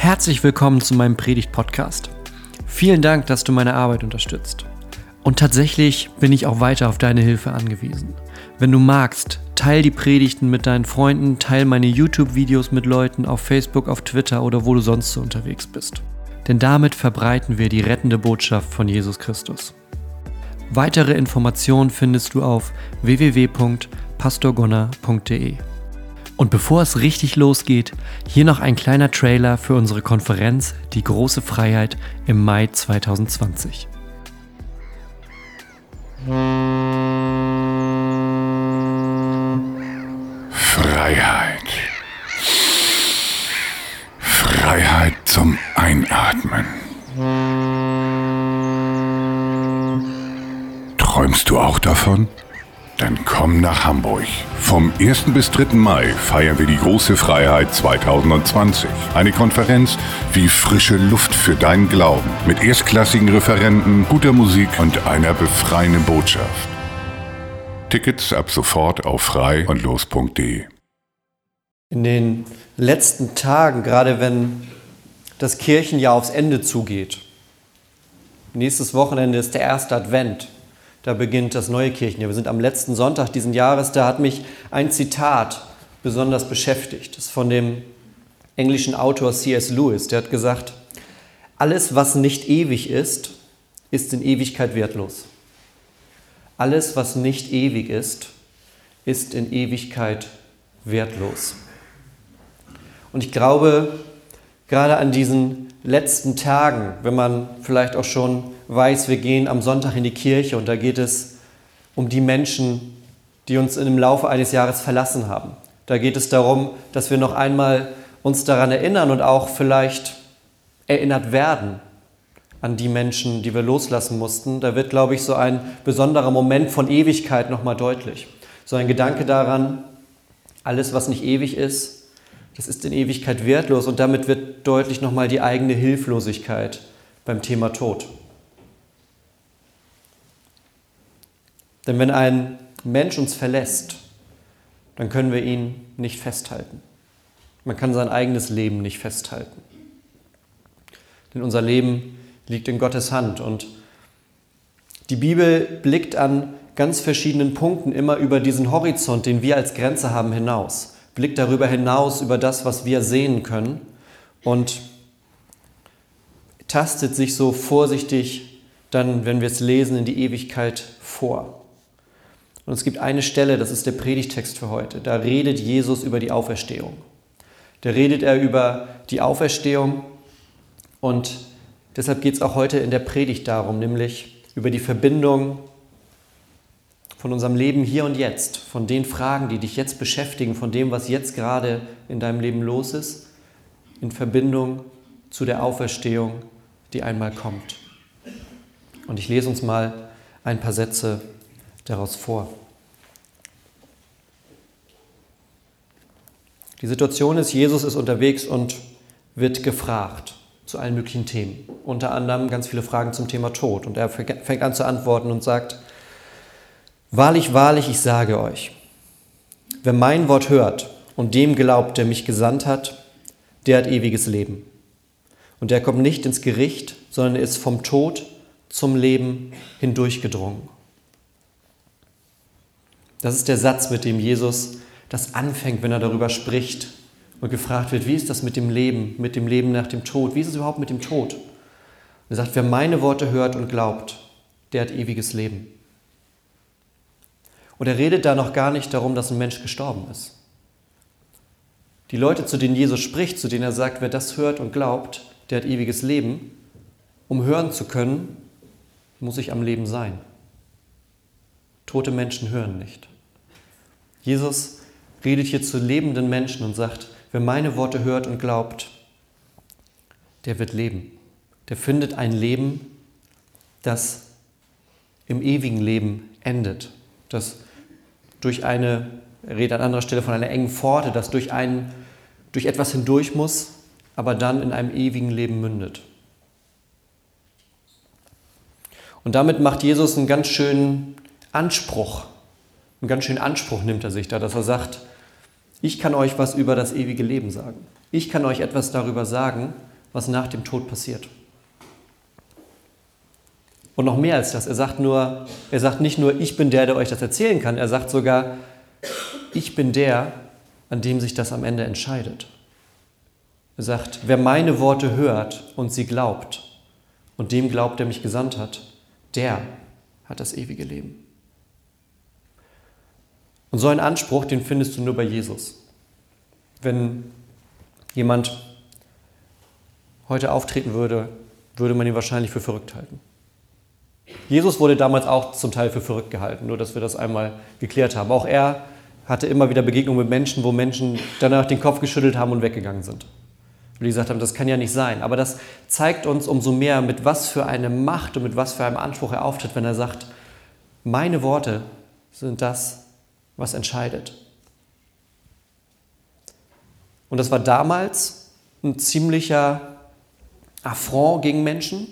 Herzlich willkommen zu meinem Predigt-Podcast. Vielen Dank, dass du meine Arbeit unterstützt. Und tatsächlich bin ich auch weiter auf deine Hilfe angewiesen. Wenn du magst, teil die Predigten mit deinen Freunden, teil meine YouTube-Videos mit Leuten auf Facebook, auf Twitter oder wo du sonst so unterwegs bist. Denn damit verbreiten wir die rettende Botschaft von Jesus Christus. Weitere Informationen findest du auf www.pastorgonner.de. Und bevor es richtig losgeht, hier noch ein kleiner Trailer für unsere Konferenz Die große Freiheit im Mai 2020. Freiheit. Freiheit zum Einatmen. Träumst du auch davon? Dann komm nach Hamburg. Vom 1. bis 3. Mai feiern wir die große Freiheit 2020. Eine Konferenz wie frische Luft für deinen Glauben. Mit erstklassigen Referenten, guter Musik und einer befreienden Botschaft. Tickets ab sofort auf frei-und-los.de. In den letzten Tagen, gerade wenn das Kirchenjahr aufs Ende zugeht, nächstes Wochenende ist der erste Advent. Da beginnt das neue Kirchenjahr. Wir sind am letzten Sonntag diesen Jahres. Da hat mich ein Zitat besonders beschäftigt. Das ist von dem englischen Autor C.S. Lewis. Der hat gesagt, alles, was nicht ewig ist, ist in Ewigkeit wertlos. Alles, was nicht ewig ist in Ewigkeit wertlos. Und ich glaube, gerade an diesen letzten Tagen, wenn man vielleicht auch schon weiß, wir gehen am Sonntag in die Kirche und da geht es um die Menschen, die uns im Laufe eines Jahres verlassen haben. Da geht es darum, dass wir noch einmal uns daran erinnern und auch vielleicht erinnert werden an die Menschen, die wir loslassen mussten. Da wird, glaube ich, so ein besonderer Moment von Ewigkeit nochmal deutlich. So ein Gedanke daran, alles, was nicht ewig ist, das ist in Ewigkeit wertlos und damit wird deutlich nochmal die eigene Hilflosigkeit beim Thema Tod. Denn wenn ein Mensch uns verlässt, dann können wir ihn nicht festhalten. Man kann sein eigenes Leben nicht festhalten. Denn unser Leben liegt in Gottes Hand und die Bibel blickt an ganz verschiedenen Punkten immer über diesen Horizont, den wir als Grenze haben, hinaus. Blickt darüber hinaus, über das, was wir sehen können und tastet sich so vorsichtig dann, wenn wir es lesen, in die Ewigkeit vor. Und es gibt eine Stelle, das ist der Predigtext für heute, da redet Jesus über die Auferstehung. Da redet er über die Auferstehung und deshalb geht es auch heute in der Predigt darum, nämlich über die Verbindung von unserem Leben hier und jetzt, von den Fragen, die dich jetzt beschäftigen, von dem, was jetzt gerade in deinem Leben los ist, in Verbindung zu der Auferstehung, die einmal kommt. Und ich lese uns mal ein paar Sätze daraus vor. Die Situation ist, Jesus ist unterwegs und wird gefragt zu allen möglichen Themen. Unter anderem ganz viele Fragen zum Thema Tod. Und er fängt an zu antworten und sagt, wahrlich, wahrlich, ich sage euch, wer mein Wort hört und dem glaubt, der mich gesandt hat, der hat ewiges Leben. Und der kommt nicht ins Gericht, sondern ist vom Tod zum Leben hindurchgedrungen. Das ist der Satz, mit dem Jesus das anfängt, wenn er darüber spricht und gefragt wird, wie ist das mit dem Leben nach dem Tod? Wie ist es überhaupt mit dem Tod? Und er sagt, wer meine Worte hört und glaubt, der hat ewiges Leben. Und er redet da noch gar nicht darum, dass ein Mensch gestorben ist. Die Leute, zu denen Jesus spricht, zu denen er sagt, wer das hört und glaubt, der hat ewiges Leben, um hören zu können, muss ich am Leben sein. Tote Menschen hören nicht. Jesus redet hier zu lebenden Menschen und sagt, wer meine Worte hört und glaubt, der wird leben. Der findet ein Leben, das im ewigen Leben endet. Das durch er redet an anderer Stelle von einer engen Pforte, das durch etwas hindurch muss, aber dann in einem ewigen Leben mündet. Und damit macht Jesus einen ganz schönen Anspruch nimmt er sich da, dass er sagt, ich kann euch was über das ewige Leben sagen. Ich kann euch etwas darüber sagen, was nach dem Tod passiert. Und noch mehr als das, er sagt nicht nur, ich bin der euch das erzählen kann, er sagt sogar, ich bin der, an dem sich das am Ende entscheidet. Er sagt, wer meine Worte hört und sie glaubt und dem glaubt, der mich gesandt hat, der hat das ewige Leben. Und so einen Anspruch, den findest du nur bei Jesus. Wenn jemand heute auftreten würde, würde man ihn wahrscheinlich für verrückt halten. Jesus wurde damals auch zum Teil für verrückt gehalten, nur dass wir das einmal geklärt haben. Auch er hatte immer wieder Begegnungen mit Menschen, wo Menschen danach den Kopf geschüttelt haben und weggegangen sind. Und die gesagt haben, das kann ja nicht sein. Aber das zeigt uns umso mehr, mit was für einer Macht und mit was für einem Anspruch er auftritt, wenn er sagt, meine Worte sind das, was entscheidet. Und das war damals ein ziemlicher Affront gegen Menschen.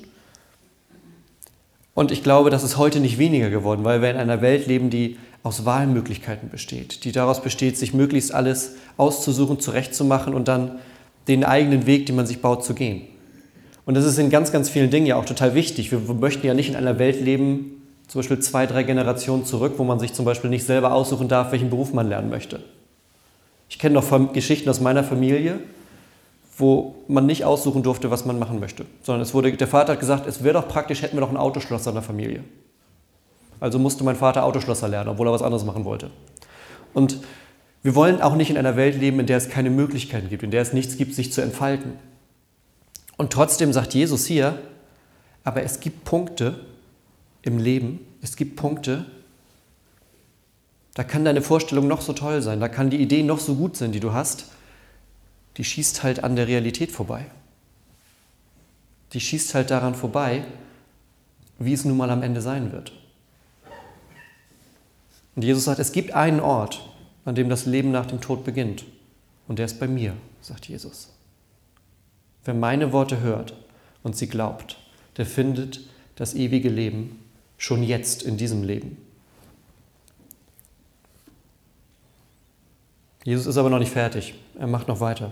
Und ich glaube, das ist heute nicht weniger geworden, weil wir in einer Welt leben, die aus Wahlmöglichkeiten besteht, die daraus besteht, sich möglichst alles auszusuchen, zurechtzumachen und dann den eigenen Weg, den man sich baut, zu gehen. Und das ist in ganz, ganz vielen Dingen ja auch total wichtig. Wir möchten ja nicht in einer Welt leben, zum Beispiel 2, 3 Generationen zurück, wo man sich zum Beispiel nicht selber aussuchen darf, welchen Beruf man lernen möchte. Ich kenne noch Geschichten aus meiner Familie, wo man nicht aussuchen durfte, was man machen möchte. Sondern der Vater hat gesagt, es wäre doch praktisch, hätten wir doch einen Autoschlosser in der Familie. Also musste mein Vater Autoschlosser lernen, obwohl er was anderes machen wollte. Und wir wollen auch nicht in einer Welt leben, in der es keine Möglichkeiten gibt, in der es nichts gibt, sich zu entfalten. Und trotzdem sagt Jesus hier, aber es gibt Punkte im Leben, es gibt Punkte, da kann deine Vorstellung noch so toll sein, da kann die Idee noch so gut sein, die du hast, die schießt halt an der Realität vorbei. Die schießt halt daran vorbei, wie es nun mal am Ende sein wird. Und Jesus sagt, es gibt einen Ort, an dem das Leben nach dem Tod beginnt. Und der ist bei mir, sagt Jesus. Wer meine Worte hört und sie glaubt, der findet das ewige Leben schon jetzt in diesem Leben. Jesus ist aber noch nicht fertig. Er macht noch weiter.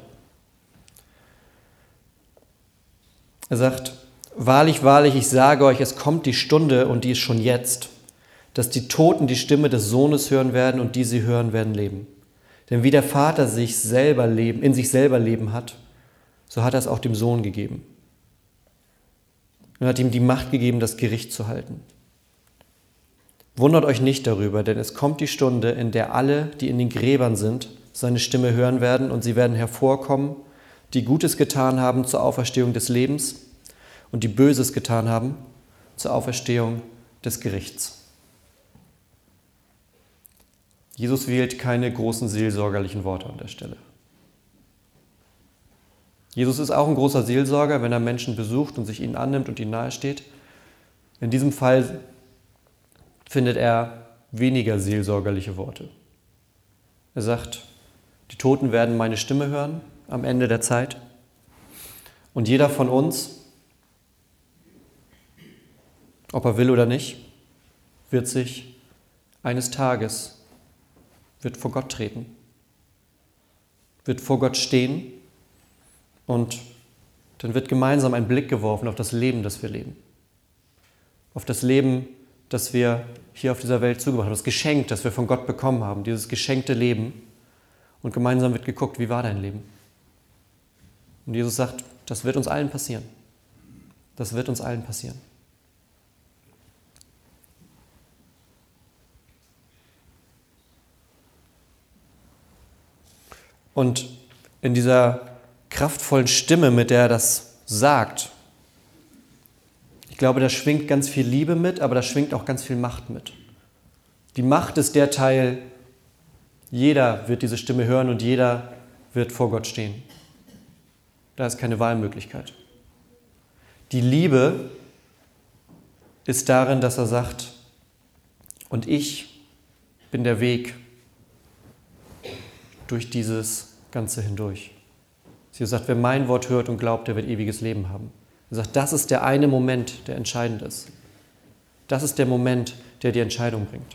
Er sagt, wahrlich, wahrlich, ich sage euch, es kommt die Stunde und die ist schon jetzt, dass die Toten die Stimme des Sohnes hören werden und die sie hören werden leben. Denn wie der Vater in sich selber Leben hat, so hat er es auch dem Sohn gegeben. Und hat ihm die Macht gegeben, das Gericht zu halten. Wundert euch nicht darüber, denn es kommt die Stunde, in der alle, die in den Gräbern sind, seine Stimme hören werden und sie werden hervorkommen, die Gutes getan haben zur Auferstehung des Lebens und die Böses getan haben zur Auferstehung des Gerichts. Jesus wählt keine großen seelsorgerlichen Worte an der Stelle. Jesus ist auch ein großer Seelsorger, wenn er Menschen besucht und sich ihnen annimmt und ihnen nahesteht. In diesem Fall findet er weniger seelsorgerliche Worte. Er sagt, die Toten werden meine Stimme hören am Ende der Zeit und jeder von uns, ob er will oder nicht, wird eines Tages vor Gott treten, wird vor Gott stehen und dann wird gemeinsam ein Blick geworfen auf das Leben, das wir leben, auf das Leben, das wir hier auf dieser Welt zugebracht haben, das Geschenk, das wir von Gott bekommen haben, dieses geschenkte Leben. Und gemeinsam wird geguckt, wie war dein Leben? Und Jesus sagt, das wird uns allen passieren. Das wird uns allen passieren. Und in dieser kraftvollen Stimme, mit der er das sagt, ich glaube, da schwingt ganz viel Liebe mit, aber da schwingt auch ganz viel Macht mit. Die Macht ist der Teil, jeder wird diese Stimme hören und jeder wird vor Gott stehen. Da ist keine Wahlmöglichkeit. Die Liebe ist darin, dass er sagt, und ich bin der Weg durch dieses Ganze hindurch. Sie sagt, wer mein Wort hört und glaubt, der wird ewiges Leben haben. Er sagt, das ist der eine Moment, der entscheidend ist. Das ist der Moment, der die Entscheidung bringt.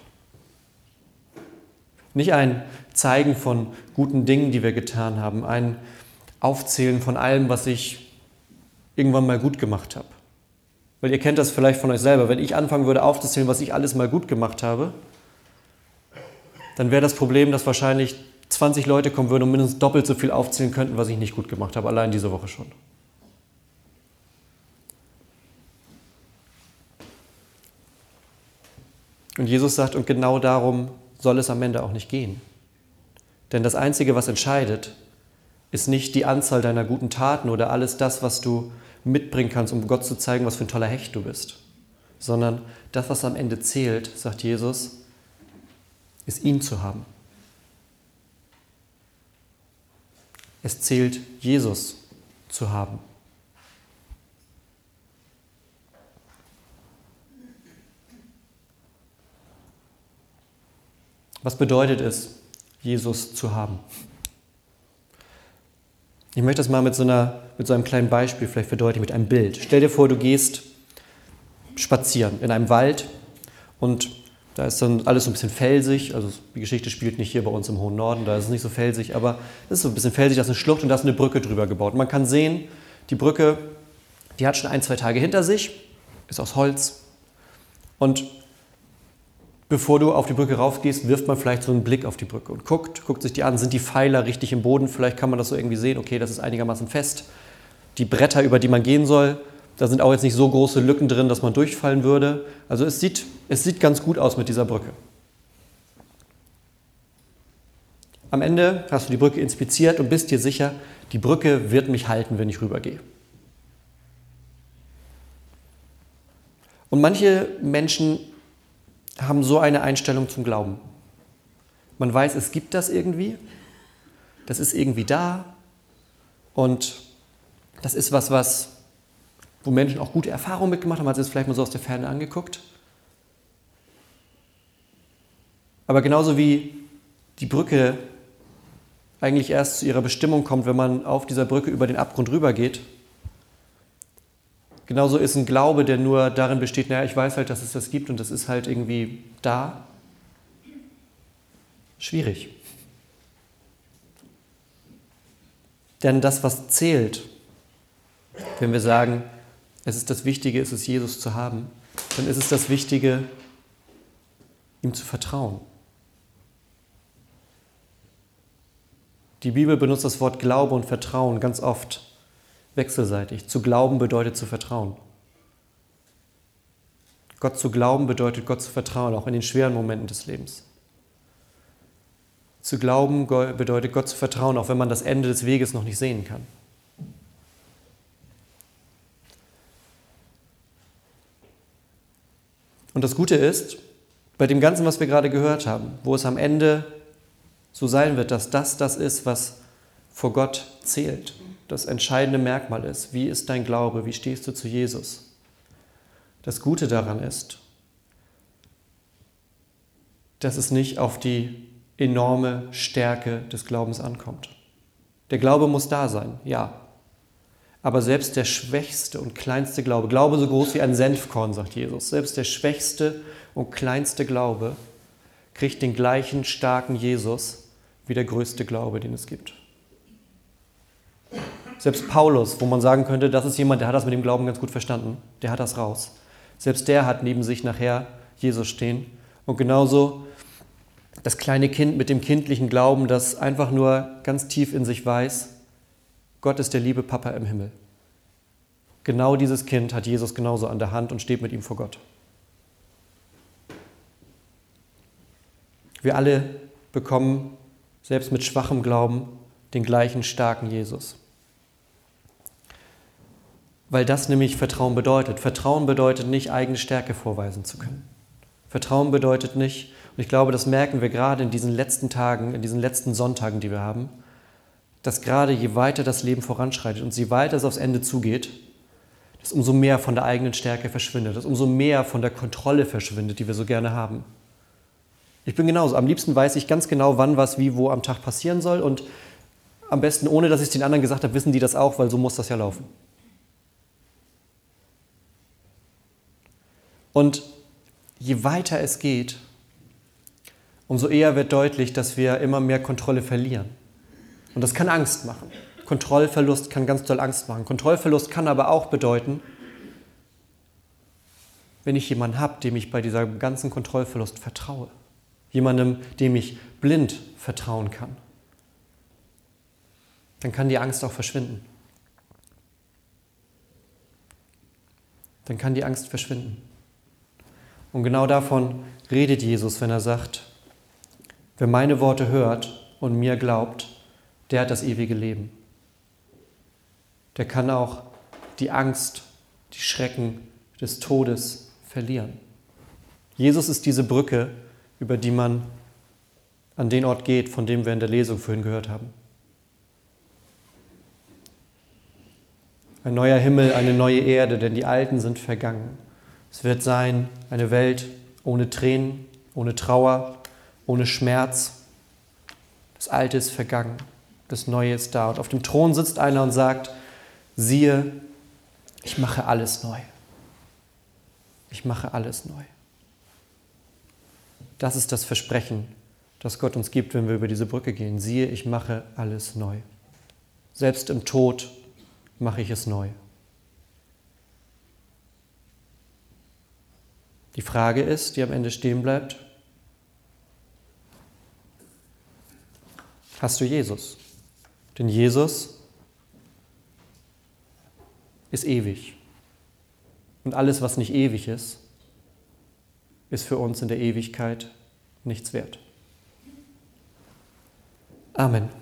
Nicht ein Zeigen von guten Dingen, die wir getan haben, ein Aufzählen von allem, was ich irgendwann mal gut gemacht habe. Weil ihr kennt das vielleicht von euch selber. Wenn ich anfangen würde aufzuzählen, was ich alles mal gut gemacht habe, dann wäre das Problem, dass wahrscheinlich 20 Leute kommen würden und mindestens doppelt so viel aufzählen könnten, was ich nicht gut gemacht habe, allein diese Woche schon. Und Jesus sagt, und genau darum soll es am Ende auch nicht gehen. Denn das Einzige, was entscheidet, ist nicht die Anzahl deiner guten Taten oder alles das, was du mitbringen kannst, um Gott zu zeigen, was für ein toller Hecht du bist. Sondern das, was am Ende zählt, sagt Jesus, ist ihn zu haben. Es zählt, Jesus zu haben. Was bedeutet es, Jesus zu haben? Ich möchte das mal mit so einem kleinen Beispiel vielleicht verdeutlichen, mit einem Bild. Stell dir vor, du gehst spazieren in einem Wald und da ist dann alles so ein bisschen felsig. Also die Geschichte spielt nicht hier bei uns im hohen Norden, da ist es nicht so felsig, aber es ist so ein bisschen felsig, da ist eine Schlucht und da ist eine Brücke drüber gebaut. Und man kann sehen, die Brücke, die hat schon 1-2 Tage hinter sich, ist aus Holz. Und bevor du auf die Brücke raufgehst, wirft man vielleicht so einen Blick auf die Brücke und guckt sich die an, sind die Pfeiler richtig im Boden, vielleicht kann man das so irgendwie sehen, okay, das ist einigermaßen fest. Die Bretter, über die man gehen soll, da sind auch jetzt nicht so große Lücken drin, dass man durchfallen würde. Also es sieht ganz gut aus mit dieser Brücke. Am Ende hast du die Brücke inspiziert und bist dir sicher, die Brücke wird mich halten, wenn ich rübergehe. Und manche Menschen haben so eine Einstellung zum Glauben. Man weiß, es gibt das irgendwie, das ist irgendwie da und das ist was, wo Menschen auch gute Erfahrungen mitgemacht haben, man hat es vielleicht mal so aus der Ferne angeguckt. Aber genauso wie die Brücke eigentlich erst zu ihrer Bestimmung kommt, wenn man auf dieser Brücke über den Abgrund rübergeht, genauso ist ein Glaube, der nur darin besteht, naja, ich weiß halt, dass es das gibt und das ist halt irgendwie da, schwierig. Denn das, was zählt, wenn wir sagen, es ist das Wichtige, es ist Jesus zu haben, dann ist es das Wichtige, ihm zu vertrauen. Die Bibel benutzt das Wort Glaube und Vertrauen ganz oft wechselseitig. Zu glauben bedeutet zu vertrauen. Gott zu glauben bedeutet Gott zu vertrauen, auch in den schweren Momenten des Lebens. Zu glauben bedeutet Gott zu vertrauen, auch wenn man das Ende des Weges noch nicht sehen kann. Und das Gute ist, bei dem Ganzen, was wir gerade gehört haben, wo es am Ende so sein wird, dass das ist, was vor Gott zählt, das entscheidende Merkmal ist. Wie ist dein Glaube? Wie stehst du zu Jesus? Das Gute daran ist, dass es nicht auf die enorme Stärke des Glaubens ankommt. Der Glaube muss da sein, ja. Aber selbst der schwächste und kleinste Glaube, Glaube so groß wie ein Senfkorn, sagt Jesus, selbst der schwächste und kleinste Glaube kriegt den gleichen starken Jesus wie der größte Glaube, den es gibt. Selbst Paulus, wo man sagen könnte, das ist jemand, der hat das mit dem Glauben ganz gut verstanden, der hat das raus. Selbst der hat neben sich nachher Jesus stehen. Und genauso das kleine Kind mit dem kindlichen Glauben, das einfach nur ganz tief in sich weiß, Gott ist der liebe Papa im Himmel. Genau dieses Kind hat Jesus genauso an der Hand und steht mit ihm vor Gott. Wir alle bekommen, selbst mit schwachem Glauben, den gleichen starken Jesus. Weil das nämlich Vertrauen bedeutet. Vertrauen bedeutet nicht, eigene Stärke vorweisen zu können. Vertrauen bedeutet nicht, und ich glaube, das merken wir gerade in diesen letzten Tagen, in diesen letzten Sonntagen, die wir haben, dass gerade je weiter das Leben voranschreitet und je weiter es aufs Ende zugeht, dass umso mehr von der eigenen Stärke verschwindet, dass umso mehr von der Kontrolle verschwindet, die wir so gerne haben. Ich bin genauso. Am liebsten weiß ich ganz genau, wann, was, wie, wo am Tag passieren soll und am besten, ohne dass ich es den anderen gesagt habe, wissen die das auch, weil so muss das ja laufen. Und je weiter es geht, umso eher wird deutlich, dass wir immer mehr Kontrolle verlieren. Und das kann Angst machen. Kontrollverlust kann ganz doll Angst machen. Kontrollverlust kann aber auch bedeuten, wenn ich jemanden habe, dem ich bei dieser ganzen Kontrollverlust vertraue. Jemandem, dem ich blind vertrauen kann. Dann kann die Angst auch verschwinden. Dann kann die Angst verschwinden. Und genau davon redet Jesus, wenn er sagt, wer meine Worte hört und mir glaubt, der hat das ewige Leben. Der kann auch die Angst, die Schrecken des Todes verlieren. Jesus ist diese Brücke, über die man an den Ort geht, von dem wir in der Lesung vorhin gehört haben. Ein neuer Himmel, eine neue Erde, denn die Alten sind vergangen. Es wird sein eine Welt ohne Tränen, ohne Trauer, ohne Schmerz. Das Alte ist vergangen, das Neue ist da. Und auf dem Thron sitzt einer und sagt, siehe, ich mache alles neu. Ich mache alles neu. Das ist das Versprechen, das Gott uns gibt, wenn wir über diese Brücke gehen. Siehe, ich mache alles neu. Selbst im Tod mache ich es neu. Die Frage ist, die am Ende stehen bleibt, hast du Jesus? Denn Jesus ist ewig. Und alles, was nicht ewig ist, ist für uns in der Ewigkeit nichts wert. Amen.